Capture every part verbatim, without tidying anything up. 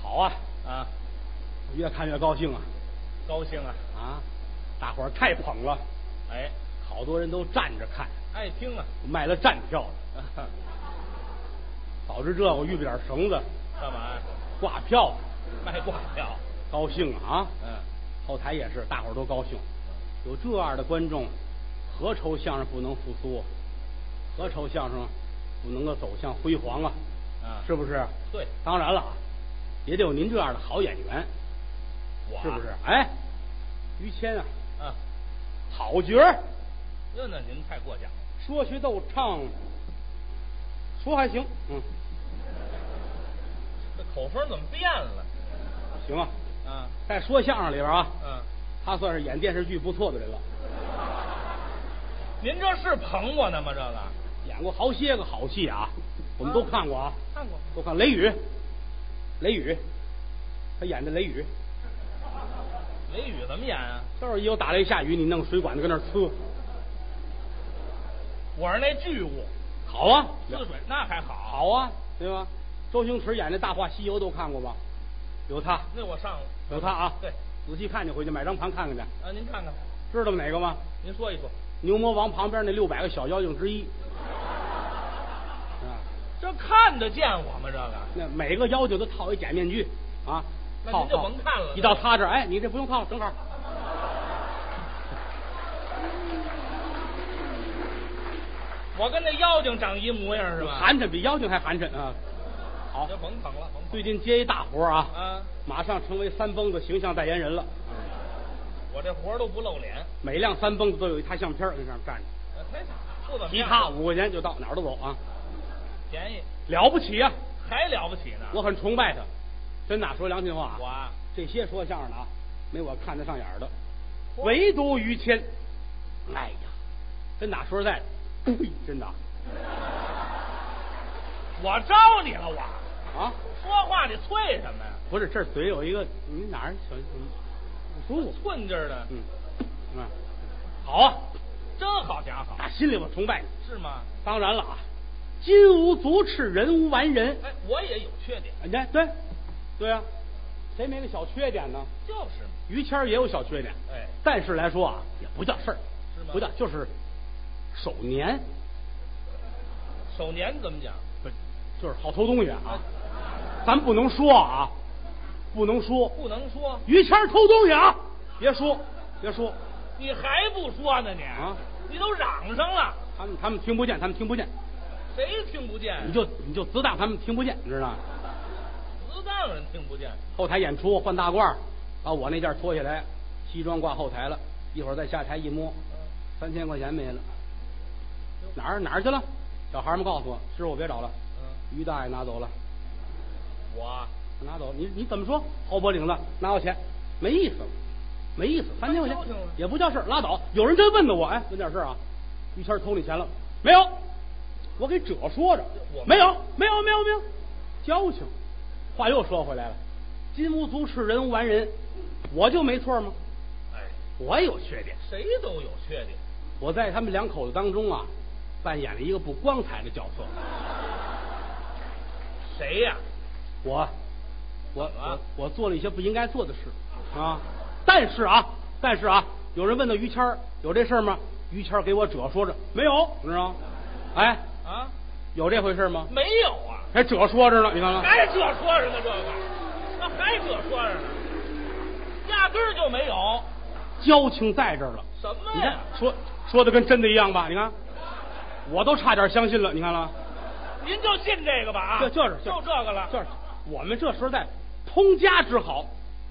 好啊啊， 越看越高兴啊！ 高兴啊！ 啊，大伙儿太捧了， 哎， 好多人都站着看， 爱听啊！ 卖了站票了。早知这我预备点绳子， 干嘛呀？ 挂票， 卖挂票， 高兴啊！ 嗯， 后台也是，大伙儿都高兴。有这样的观众，何愁相声不能复苏？何愁相声不能够走向辉煌啊？ 啊， 是不是？ 对， 当然了，也得有您这样的好演员， 我是不是？哎，于谦啊， 啊， 好角儿， 那那您太过奖了。 说学逗唱，说还行，嗯， 这口风怎么变了？ 行啊。 啊， 在说相声里边啊， 嗯， 他算是演电视剧不错的人了， 您这是捧我呢吗？这个演过好些个好戏啊，我们都看过啊， 看过。 都看《雷雨》，雷雨，他演的雷雨， 雷雨怎么演啊？ 就是一有打雷下雨，你弄水管子跟那儿呲， 我是那剧务， 好啊， 呲水那还好。 好啊，对吧？周星驰演的《大话西游》都看过吧？有他， 那我上了。 有他啊。 对， 仔细看去，回去买张盘看看去。 啊，您看看， 知道哪个吗？ 您说一说。 牛魔王旁边那六百个小妖精之一。啊， 这看得见我吗？这个那每个妖精都套一假面具啊，套那您就套甭看了一到他这儿，哎，你这不用套，正好。 我跟那妖精长一模样是吧？ 寒碜比妖精还寒碜啊！好， 就甭捧了，甭捧。 最近接一大活啊， 啊， 马上成为三蹦子形象代言人了。 我这活儿都不露脸。 每辆三蹦子都有一他相片跟上站着， 呃嘿，不怎么提样。 他五块钱就到，哪儿都走啊， 便宜， 了不起啊！ 还了不起呢。 我很崇拜他，真的说良心话啊， 我啊这些说相声的啊，没我看得上眼儿的， 嚯唯独于谦，哎呀，真打说实在的，呸，真的我招你了，我啊， 说话你啐什么呀？ 不是，这嘴有一个你哪儿小不舒服， 寸劲儿的， 嗯嗯，好啊， 真好讲好， 打心里我崇拜你。 是吗？ 当然了啊，金无足赤，人无完人。 哎，我也有缺点， 你看，对，对啊，谁没个小缺点呢？ 就是嘛。 于谦儿也有小缺点， 哎， 但是来说啊，也不叫事儿， 是吗不叫，就是手黏， 手年怎么讲？ 不就是好偷东西啊。咱不能说啊，不能说。 不能说， 于谦儿偷东西啊，别说，别说， 你还不说呢你？ 啊， 你都嚷上了， 他们他们听不见，他们听不见， 谁听不见？ 你就你就自当他们听不见，你知道吗？ 自当人听不见。 后台演出换大褂儿，把我那件脱下来，西装挂后台了，一会儿再下台一摸，三千块钱没了，哪儿哪儿去了？小孩们告诉我，师傅别找了， 嗯， 于大爷拿走了， 我拿走了，你你怎么说？侯伯领了，拿我钱，没意思了，没意思，三千块钱交情了也不叫事儿，拉倒。有人真问的我，哎，问点事儿啊，于谦偷你钱了没有？我给褶说着我， 没有，没有，没有，没有，交情。话又说回来了，金无足赤，人无完人，我就没错吗？ 哎， 我也有缺点， 谁都有缺点。 我在他们两口子当中啊，扮演了一个不光彩的角色。 谁呀？ 我，我怎么了我我做了一些不应该做的事啊，但是啊，但是啊，有人问到于谦儿有这事儿吗？于谦儿给我褶说着没有，你知道吗？哎， 啊， 有这回事吗？ 没有啊， 还褶说着呢，你看看。 还这说着呢，这个，那还这说着呢，压根儿就没有。 交情在这儿了。 什么你看呀？ 说说的跟真的一样吧？你看，我都差点相信了。你看了？ 您就信这个吧啊？ 这就是就这个了。 就是我们这时候在通家之好，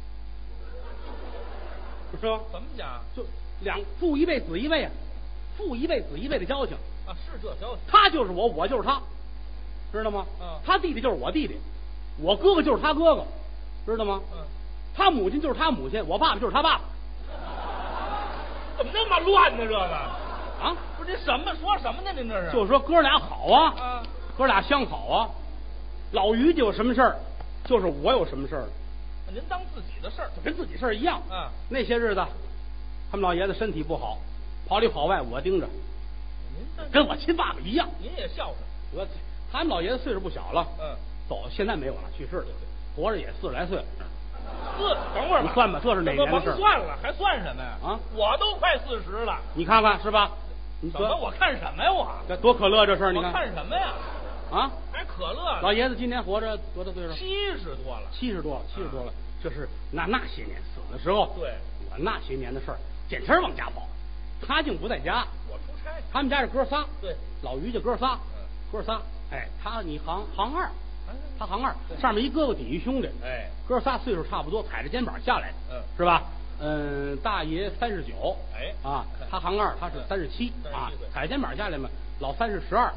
是吧？ 怎么讲就两父一辈子一辈啊，父一辈子一辈的交情。 啊？是这消息。 他就是我，我就是他，知道吗？ 嗯他弟弟就是我弟弟，我哥哥就是他哥哥，知道吗？ 嗯， 他母亲就是他母亲，我爸爸就是他爸爸。 怎么那么乱呢？这个啊， 不是您什么说什么呢？您这是？ 就是说哥俩好啊， 啊， 哥俩相好啊。老于家有什么事儿，就是我有什么事儿， 您当自己的事儿。 就跟自己事儿一样。 啊， 那些日子，他们老爷子身体不好，跑里跑外，我盯着， 您这跟我亲爸爸一样。 您也孝顺。 我他们老爷子岁数不小了， 嗯， 走，现在没有了，去世了。 活着也四十来岁。 四，等会儿吧， 你算吧，这是哪年的事？ 甭算了，还算什么呀？ 啊， 我都快四十了， 你看看是吧？你怎么我看什么呀？我这多可乐这事儿，你我看看什么呀？ 啊， 还可乐？ 老爷子今年活着多大岁数？ 七十多了， 七十多了，七十多了。这是那那些年死的时候， 对， 我那些年的事儿，见天往家跑，他竟不在家。 我出差， 他们家是哥仨， 对， 老于家哥仨， 嗯， 哥仨，哎，他你行行二， 哎他行二，上面一哥哥底一兄弟， 哎， 哥仨岁数差不多，踩着肩膀下来的， 嗯， 是吧？嗯，大爷三十九， 哎， 啊，他行二，他是三十七，啊，踩着肩膀下来嘛，老三是十二，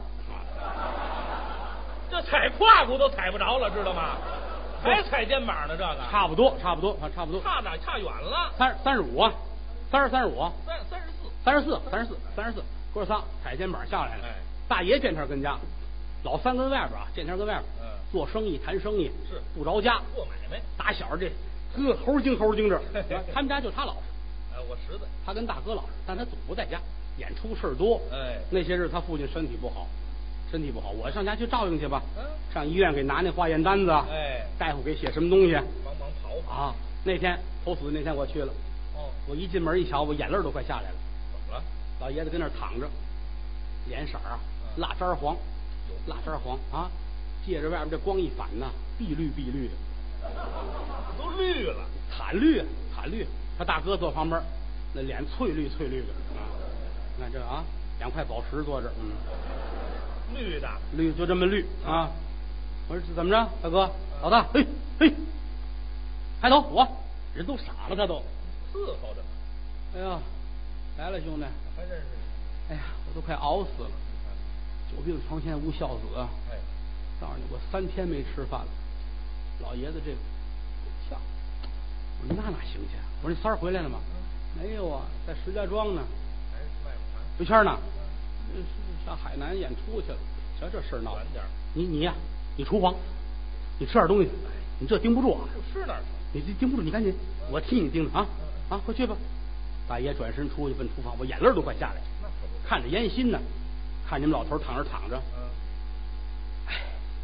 这踩胯骨都踩不着了，知道吗？还踩肩膀呢，这个差不多，差不多，啊，差不多， 差哪差远了？ 三三十五啊，三十三十五， 三三十四， 三十四，三十四，三十四，哥仨踩肩膀下来了。 哎， 大爷见天跟家，老三跟外边啊，见天跟外边， 嗯， 做生意谈生意是不着家， 做买卖。 打小这呵猴精猴精着，他们家就他老实， 哎，我实在。 他跟大哥老实，但他总不在家，演出事儿多。 哎， 那些日他父亲身体不好，身体不好，我上家去照应去吧。 嗯， 上医院给拿那化验单子。 哎， 大夫给写什么东西？ 帮忙跑跑啊。那天头死的那天我去了。 哦， 我一进门一瞧，我眼泪都快下来了。 怎么了？ 老爷子跟那儿躺着，脸色啊，蜡渣黄，蜡渣黄啊，借着外边这光一反呐，碧绿碧绿的， 都绿了， 惨绿啊，惨绿。他大哥坐旁边，那脸翠绿翠绿的啊，你看这啊，两块宝石坐这，嗯， 绿的， 绿就这么绿啊。我说怎么着，大哥，老大，嘿嘿，抬头，我人都傻了，他都伺候着呢。 哎呀，来了兄弟， 还认识你？ 哎呀，我都快熬死了，久病床前无孝子啊。 哎， 告诉你，我三天没吃饭了。老爷子这笑，我说那哪行去？我说你三儿回来了吗？嗯、没有啊，在石家庄呢。 还是外边谈？ 于谦呢？嗯、上海南演出去了。瞧这事儿闹的。 点你你呀、啊，你厨房，你吃点东西。你这盯不住啊。 就吃哪儿去？ 你这盯不住，你赶紧，我替你盯着啊啊，快去吧。大爷转身出去奔厨房，我眼泪都快下来了。 那可不。 看着烟心呢，看你们老头躺着躺着。 嗯。 哎，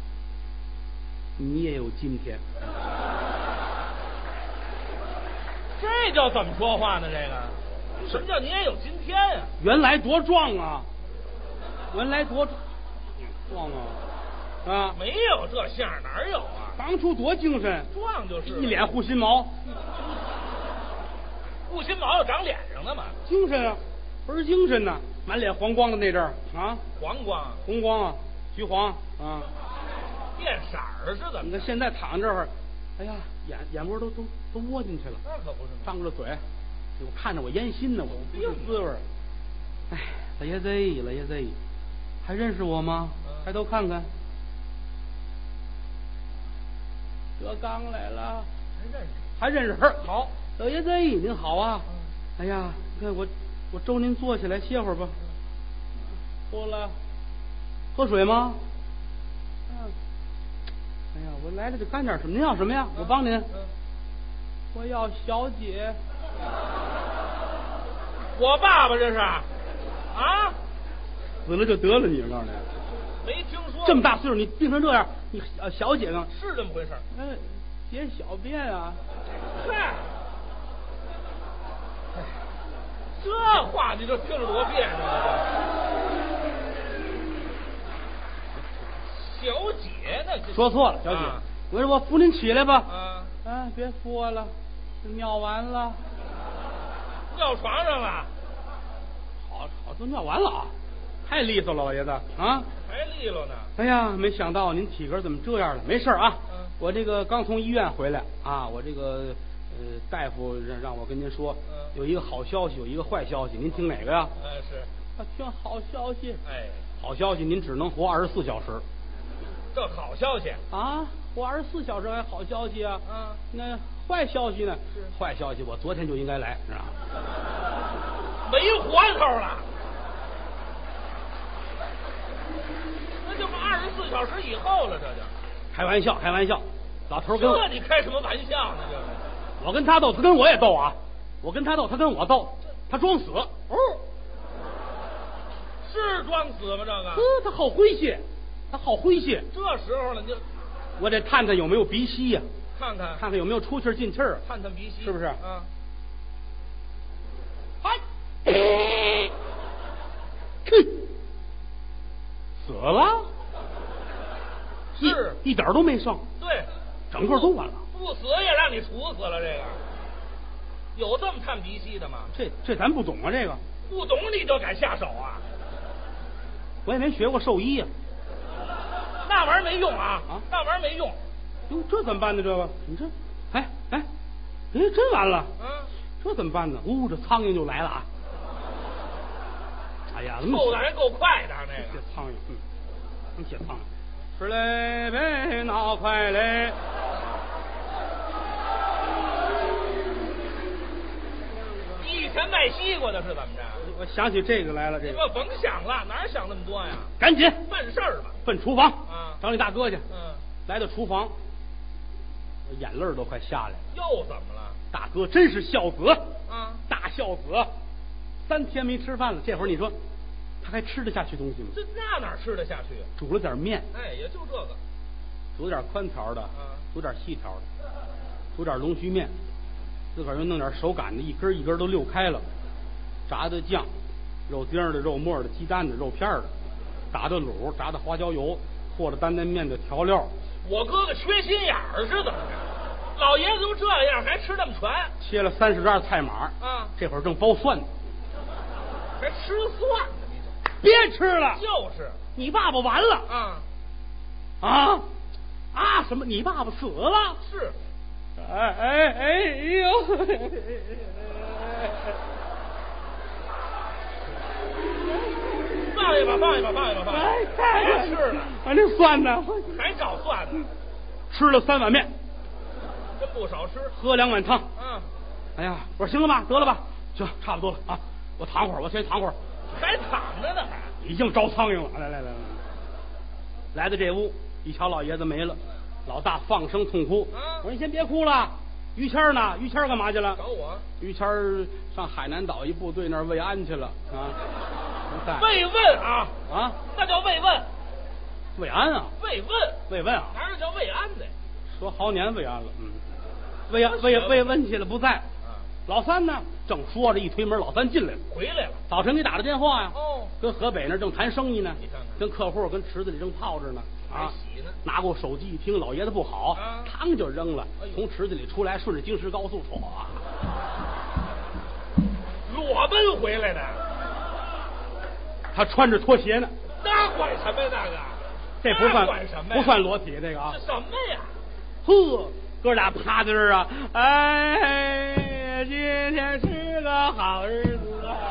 你也有今天。 这叫怎么说话呢？这个什么叫你也有今天呀、啊？ 原来多壮啊！原来多壮啊！啊， 没有这相，哪有啊？ 当初多精神， 壮就是一脸护心毛， 护心毛要长脸上的嘛？ 精神啊，倍儿精神呐！满脸黄光的那阵儿啊， 黄光、 红光啊，橘黄啊， 变色儿是怎么？ 你看现在躺这儿，哎呀，眼眼窝都都都窝进去了， 那可不是吗？ 张着嘴，我看着我烟心呢，我不是滋味儿。哎，老爷子，老爷子，还认识我吗？抬头看看，德刚来了， 还认识？ 还认识？好，老爷子您好啊！哎呀，你看我我周您坐下来歇会儿吧。喝了，喝水吗？嗯。哎呀，我来了就干点什么？您要什么呀？我帮您。我要小姐。 我爸爸这是啊？ 死了就得了你，我告诉你。 没听说。 这么大岁数，你病成这样，你呃小姐呢？ 是这么回事。 哎，解小便啊。 嗨，这话你就听着多别扭啊！小姐呢？ 说错了，小姐。啊、我说我扶您起来吧。 啊。 啊，别扶我了，尿完了。 尿床上了。 好，好，都尿完了啊，太利索了，老爷子啊。 还利落呢。 哎呀，没想到您体格怎么这样了？没事啊。 嗯。 我这个刚从医院回来啊，我这个呃大夫让让我跟您说， 嗯， 有一个好消息，有一个坏消息，您听哪个呀？ 哎，是。 啊，听好消息。 哎， 好消息，您只能活二十四小时。 这好消息啊，活二十四小时还好消息啊？ 嗯。 那坏消息呢？ 是。坏消息，我昨天就应该来，是吧？ 没活头了。那就二十四小时以后了，这就。 开玩笑，开玩笑，老头跟我。 这你开什么玩笑呢？这是。 我跟他斗，他跟我也斗啊！我跟他斗，他跟我斗，他装死。哦。 是装死吗？这个。 嗯，他好诙谐，他好诙谐。 这时候呢，就我得探探有没有鼻息呀、啊。 看看看看有没有出气进气儿， 探探鼻息， 是不是？ 啊， 嗨，死了， 是一一点都没剩， 对， 整个都完了。 不死也让你处死了，这个有这么探鼻息的吗？ 这这咱不懂啊，这个不懂你就敢下手啊？ 我也没学过兽医呀、 那玩意儿没用啊！ 啊那玩意儿没用。 哟，这怎么办呢？这个，你这，哎哎，哎，真完了， 嗯， 这怎么办呢？呜、这苍蝇就来了啊！哎呀， 够的还够快的那这个。 苍蝇，嗯，能写苍蝇，吃嘞呗，闹快嘞。 你以前卖西瓜的是怎么着？ 我想起这个来了，这个这甭想了，哪想那么多呀？ 赶紧办事儿吧。 奔厨房啊找你大哥去。 嗯， 来到厨房，我眼泪儿都快下来了。 又怎么了？ 大哥真是孝子， 啊， 大孝子，三天没吃饭了，这会儿你说他还吃得下去东西吗？ 这那哪吃得下去？ 煮了点面， 哎，也就这个。 煮点宽条的， 啊煮点细条的，煮点龙须面，自个儿又弄点手擀的，一根一根都溜开了，炸的酱，肉丁的、肉末的、鸡蛋的、肉片的，打的卤，炸的花椒油，和着担担面的调料。 我哥哥缺心眼儿是怎么着？老爷子都这样，还吃那么全？ 切了三十张菜码， 啊， 这会儿正剥蒜呢， 还吃蒜呢？你别吃了， 这就是你爸爸完了啊， 啊啊！什么？你爸爸死了？ 是。 哎哎哎呦！ 放一把，放一把，放一把，放一把！ 哎， 别吃了， 反正蒜呢， 还找蒜呢， 吃了三碗面， 真不少吃。 喝两碗汤。 嗯， 哎呀，我说行了吧，得了吧，行，差不多了啊，我躺会儿，我先躺会儿。 还躺着呢，还。 已经招苍蝇了，来来来来，来到这屋，一瞧老爷子没了，老大放声痛哭。 啊我说你先别哭了，于谦呢？于谦干嘛去了？ 找我于谦上海南岛一部队那儿慰安去了啊。不在慰问啊啊， 那叫慰问， 慰安啊， 慰问慰问啊， 哪有叫慰安的？ 说好年慰安了，嗯，慰安慰慰问去了不在。 啊， 老三呢？正说着，一推门，老三进来了。 回来了。 早晨给打的电话呀， 哦， 跟河北那儿正谈生意呢你看看， 跟客户跟池子里正泡着呢， 还啊， 洗呢。 拿过手机一听老爷子不好， 啊嘡就扔了哎呦， 从池子里出来，顺着京石高速唰， 裸奔回来的， 他穿着拖鞋呢， 那管什么呀？那个这不算那管什么呀？ 不算裸体这个啊这，什么呀？ 呵，哥俩趴在这儿啊，哎，今天是个好日子啊。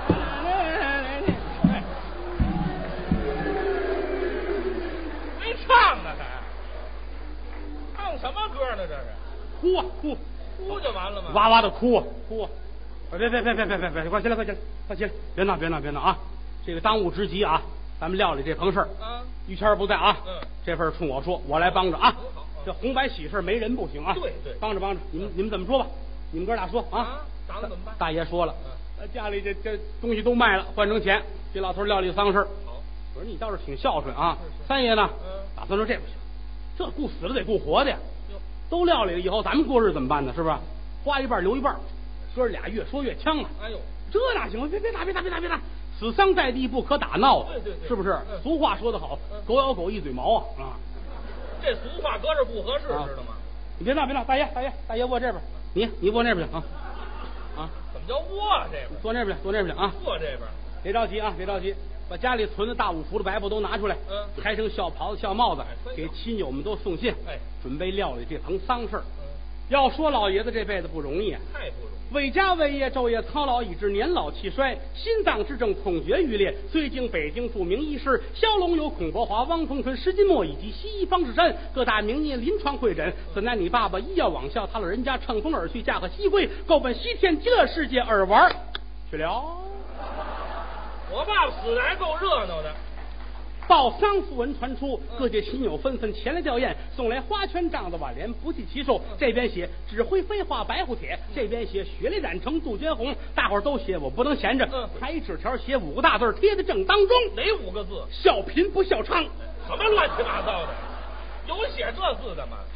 没唱呢还，唱什么歌呢？这是哭啊哭， 哭就完了吗？ 哇哇的哭啊哭啊！别别别别别别别，快起来快起来快起来！别闹别闹别闹啊！这个当务之急啊，咱们料理这棚事儿。 啊， 于谦不在啊， 嗯， 这份儿冲我说，我来帮着啊很好。 这红白喜事没人不行啊。 对对帮着帮着，你们你们怎么说吧？你们哥俩说啊啊。打算怎么办大爷说了嗯， 呃家里这这东西都卖了，换成钱，给老头料理丧事。 好， 我说你倒是挺孝顺啊是。是三爷呢？ 嗯打算说这不行，这顾死了得顾活的呀。 哟， 都料理了以后，咱们过日子怎么办呢？是不是？花一半留一半，哥俩越说越呛啊。 哎呦， 这哪行？别别打，别打，别打，别打！死丧在地，不可打闹啊！ 对对对是不是？ 嗯俗话说得好， 嗯狗咬狗，一嘴毛啊！啊， 这俗话搁这不合适， 啊知道吗？ 你别闹，别闹，大爷，大爷，大爷卧这边，你你卧那边去啊啊， 怎么叫窝啊？这边坐那边去，坐那边去啊！ 坐这边， 别着急啊，别着急，把家里存的大五福的白布都拿出来， 嗯拆成孝袍子、孝帽子哎，穿上给亲友们都送信， 哎准备料理这棚丧事儿。 嗯， 要说老爷子这辈子不容易啊， 太不容易。 为家为业，昼夜操劳，以致年老气衰，心脏之症痛绝欲裂。虽经北京著名医师萧龙友、孔伯华、汪逢春、石金墨以及西医方士山各大名医临床会诊，怎奈你爸爸医药罔效，他老人家乘风而去，驾鹤西归，够奔西天极乐世界而玩去了。 我爸爸死的还够热闹的。 报丧讣文传出， 嗯各界亲友纷纷前来吊唁，送来花圈、帐子、挽联，不计其数。这边写指挥飞画白虎帖，这边写血泪染成杜鹃红，大伙儿都写，我不能闲着。 嗯还一纸条写五个大字贴在正当中： 哪五个字？ 笑贫不笑娼。 什么乱七八糟的？有写这字的吗？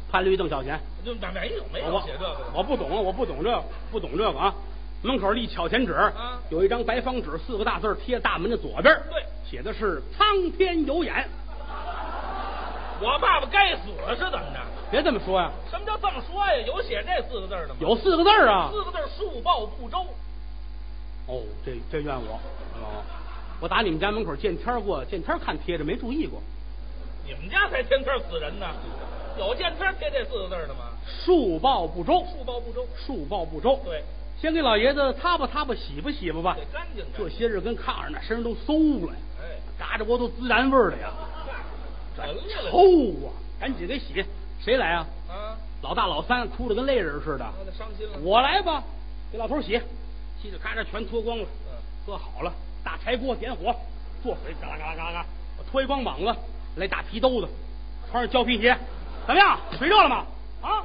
判绿邓小闲。 就没有没有我写这个的， 我不懂啊，我不懂这个，不懂这个啊。门口立敲钱纸， 啊有一张白方纸，四个大字贴大门的左边， 对， 写的是“苍天有眼我爸爸该死是怎么着？”。 别这么说呀， 什么叫这么说呀？有写这四个字的吗？ 有四个字啊。 四个字树报不周。 哦，这这怨我，哦，我打你们家门口见天过，见天看贴着，没注意过。 你们家才天天死人呢，有见天贴这四个字的吗？ 树报不周， 树报不周， 树报不周。 对， 先给老爷子擦吧擦吧，洗吧洗吧吧。 得干净。 这些日跟炕上那身上都馊了呀， 哎， 嘎着窝都孜然味儿的呀， 闻了臭啊！赶紧给洗。谁来啊？ 啊， 老大老三哭得跟泪人似的。 那伤心了。 我来吧，给老头洗，洗着咔嚓全脱光了。 嗯， 搁好了，大柴锅点火，做水，嘎啦嘎啦嘎啦嘎啦。我脱一光膀子，来大皮兜子，穿上胶皮鞋，怎么样？水热了吗？啊？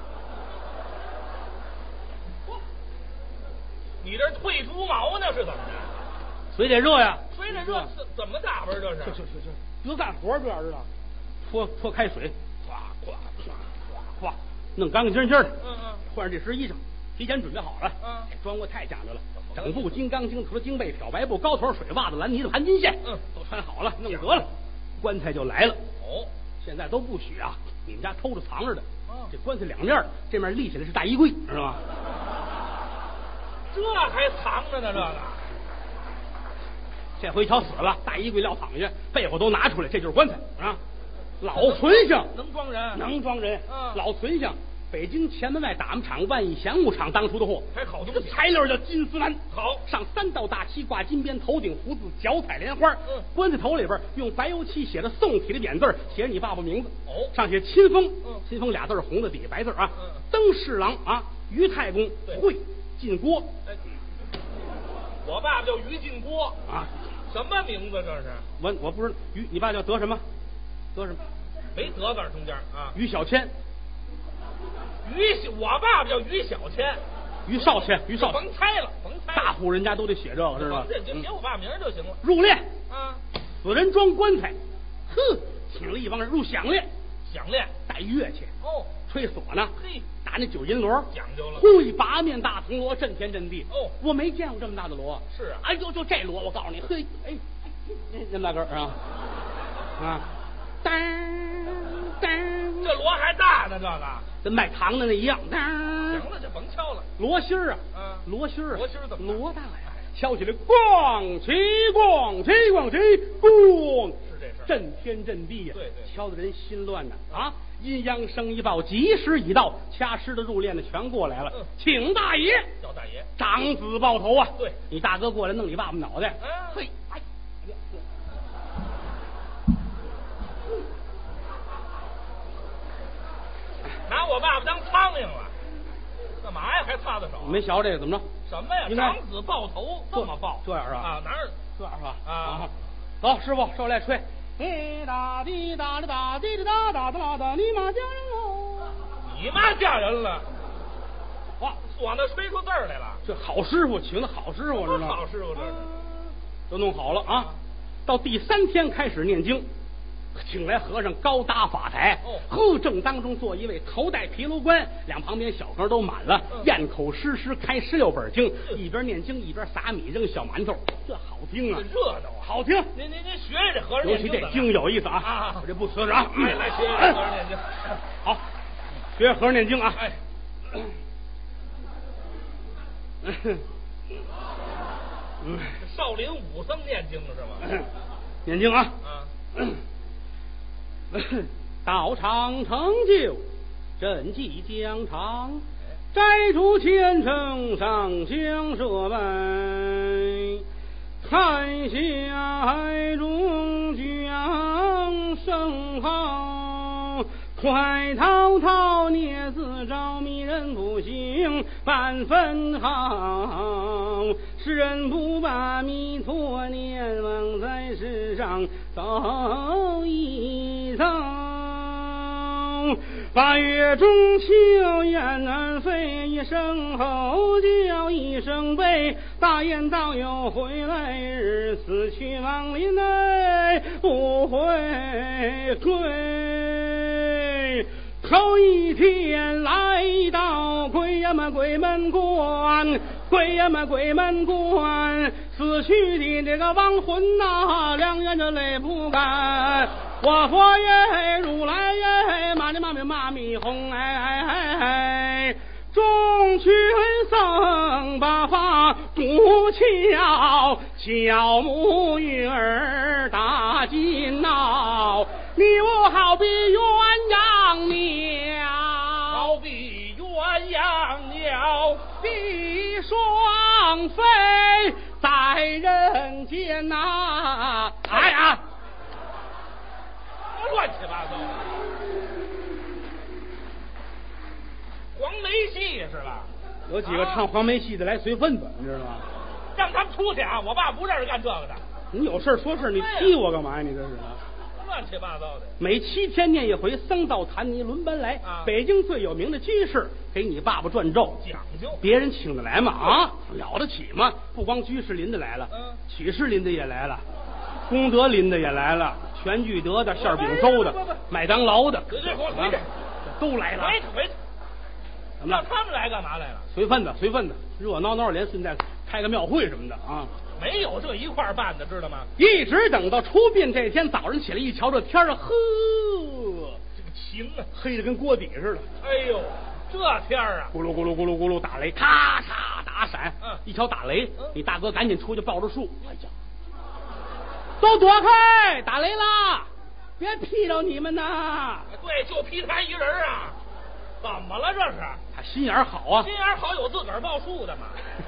你这退猪毛呢是怎么着？ 水得热呀， 水得热，怎怎么打扮这是？ 这这这这不干活这样知道？泼泼开水，咵咵咵咵，弄干干净净的。 嗯嗯， 换上这身衣裳，提前准备好了。 嗯， 这装过太讲究了，整部金刚经、头巾被、漂白布、高头水袜子、蓝呢子、盘金线， 嗯， 都穿好了，弄得了，棺材就来了。 哦， 现在都不许啊，你们家偷着藏着的。 嗯， 这棺材两面，这面立起来是大衣柜，知道吗？ 这还藏着呢，这个。 这回瞧死了，大衣柜撂躺下，被窝都拿出来，这就是棺材啊！老存性， 能装人， 能装人。 嗯， 老存性，北京前门外打木厂万亿祥木厂当初的货， 还好东西， 这材料叫金丝楠， 好， 上三道大漆，挂金边，头顶福字，脚踩莲花。 嗯， 棺材头里边用白油漆写的宋体的匾字，写着你爸爸名字。 哦， 上写亲封， 嗯， 亲封俩字红的，底下白字啊。 嗯， 登侍郎啊，于太公会进锅。 哎，我爸爸叫于进锅啊。 什么名字这是？ 我我不知道于，你爸叫得什么？得什么？ 没得字中间啊。 于小谦。 于小，我爸爸叫于小谦。 于少谦，于少。 甭猜了，甭猜了。 大户人家都得写这个，知道吧？ 这就写我爸名就行了。 入殓啊， 死人装棺材，哼，请了一帮人入响列。 响列带乐器哦， 吹唢呐， 嘿， 打那九银锣， 讲究了。 呼一八面大铜锣，震天震地。 哦， 我没见过这么大的锣。 是啊， 哎呦，就这锣，我告诉你，嘿，哎，那么大个儿啊啊，当当， 这锣还大呢，这个跟卖糖的那一样。当， 行了，就甭敲了。 锣芯儿啊， 嗯， 锣芯儿， 锣芯儿怎么锣大呀？敲起来，咣齐咣齐咣齐咣， 是这事儿， 震天震地呀！ 对对， 敲得人心乱呐！啊，阴阳生一报，吉时已到，掐尸的入殓的全过来了。 嗯， 请大爷， 叫大爷， 长子抱头啊！ 对， 你大哥过来弄你爸爸脑袋。 嗯， 嘿，哎， 拿我爸爸当苍蝇了，干嘛呀？还擦的手？ 没学这个怎么着？ 什么呀？长子抱头，这么抱？ 这样是吧？ 啊，哪儿这样是吧？ 啊， 走，师傅，受来吹。滴答滴答的答滴滴答答的答答，你妈嫁人了！ 你妈嫁人了？ 哇， 我那吹出字儿来了。 这好师傅，请的好师傅，知道吗？ 好师傅，这是都弄好了啊！到第三天开始念经。请来和尚高搭法台， 哦， 呵，正当中坐一位头戴毗卢冠，两旁边小盒都满了， 嗯， 咽口诗诗开十六本经，嗯，一边念经一边撒米扔小馒头，这好听啊， 热闹啊， 好听。 您您您学学这和尚尤念经， 其这经有意思啊！ 啊， 我这不辞职啊， 来来学学和尚念经。 好，学和尚念经啊！ 哎， 嗯， 少林武僧念经是吗？ 念经啊！ 啊。 道场成就，赈济疆场，摘除千乘上香设拜，看下海中将声号，快滔滔孽自招，迷人不行半分好，世人不把弥陀念，望在世上走一遭。八月中秋雁儿飞，一声吼叫一声悲，大雁道有回来日，死去亡灵哎不回归。 头一天来到鬼呀嘛鬼门关，鬼呀嘛鬼门关，死去的这个亡魂呐，两眼这泪不干。我佛耶，如来耶，妈咪妈咪妈咪红哎哎哎哎。众群僧把法鼓敲，敲木鱼儿打金闹。你我好比鸳鸯鸟， 好比鸳鸯鸟， 比双飞在人间呐、啊！哎呀， 乱七八糟的。黄梅戏是吧？ 有几个唱黄梅戏的来随份子，你知道吗？ 让他们出去啊！我爸不让人干这个的。 你有事说事，你踢我干嘛呀？你这是乱七八糟的。 每七天念一回僧道坛尼轮班来、 啊、 北京最有名的居士给你爸爸转咒， 讲究， 别人请得来吗？啊，了得起吗？不光居士林的来了， 嗯， 曲士林的也来了，功德林的也来了，全聚德的、馅饼粥的、麦当劳的， 回去给我回去， 都来了。 回去回去。 怎么了？ 他们来干嘛来了？ 随份子，随份子，热闹闹连顺带开个庙会什么的啊。 没有这一块办的，知道吗？ 一直等到出殡这天早上起来一瞧这天儿，呵， 这个晴啊， 黑的跟锅底似的。 哎呦，这天儿啊， 咕噜咕噜咕噜咕噜打雷，咔嚓打闪。 嗯， 一瞧打雷， 嗯， 你大哥赶紧出去抱着树，哎呀，都躲开，打雷啦！别劈着你们呐！ 对，就劈他一人啊！怎么了这是？ 他心眼好啊， 心眼好，有自个儿报数的嘛。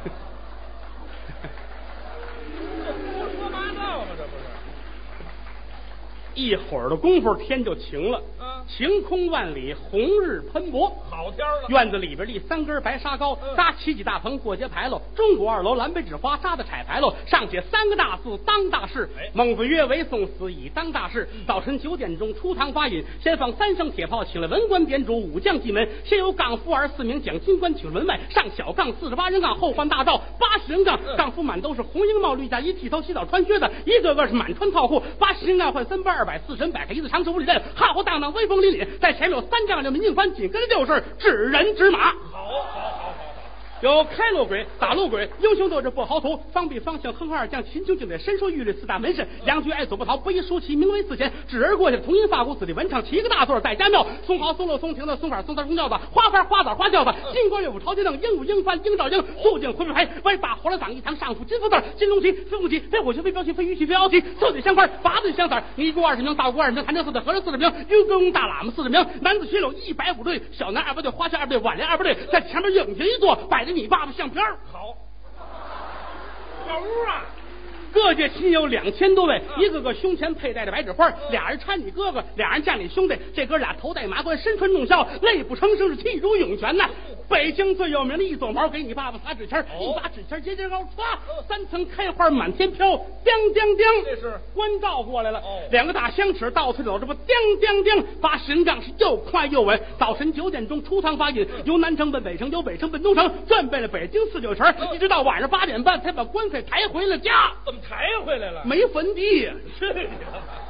这胡说八道吗？这不是？ 一会儿的功夫，天就晴了。 嗯， 晴空万里，红日喷薄， 好天了。 院子里边立三根白沙高， 嗯， 搭起几大棚过节牌楼。中国二楼蓝北纸花扎的彩牌楼，上写三个大字当大事。 哎， 孟子曰：“为宋死以当大事。” 嗯， 早晨九点钟出堂发引，先放三声铁炮，请了文官点主，武将进门。先有杠夫二四名讲军官，请门外上小杠四十八人杠，后换大道八十人杠。 嗯， 杠夫满都是红缨帽绿甲衣，剃头洗澡穿靴子，一个个是满穿套裤。八十人杠换三班二百四十人摆开一字长手五里刃，浩浩荡荡威风凛凛。在前面有三丈的民警番，紧跟着就是指人指马。 好，好，好，好，好。 有开路鬼、打路鬼，英雄斗志不豪图，方必方向，哼哼二将，秦琼警队，身书玉律四大门神，杨局爱走不逃，不宜书旗，名为四贤，指儿过去，同音发鼓，子弟文唱，七个大座在家庙，松毫松落松亭的松法松簪松轿子，花幡花枣花轿子，金光乐舞朝天凳，鹦鹉鹰翻鹰照鹰，肃静回牌，歪把火了嗓一堂上府金福字，金龙旗飞虎旗飞火旗飞镖旗飞鱼旗飞鳌旗，四对相关八对相色，尼姑二十名，道姑二十名，潭柘寺的和尚四十名，愚公大喇嘛四十名，男子学柳一百五队，小男二八队，花拳二队，挽联二八队，在前面影子一坐，摆着你爸爸相片。 好，好屋啊！ 各界亲友两千多位，一个个胸前佩戴着白纸花，俩人搀你哥哥，俩人架你兄弟，这哥俩头戴麻冠，身穿重孝，泪不成声，是气如涌泉呐！北京最有名的一撮毛，给你爸爸擦纸签，一把纸签节节高，唰，三层开花满天飘，叮叮叮， 这是官照过来了， 哦， 两个大香尺倒退走，这不叮叮叮，把神杠是又快又稳。早晨九点钟出堂发引，由南城奔北城，由北城奔东城，转遍了北京四九城，一直到晚上八点半才把棺材抬回了家。 怎么抬回来了？ 没坟地呀！ 去你的吧！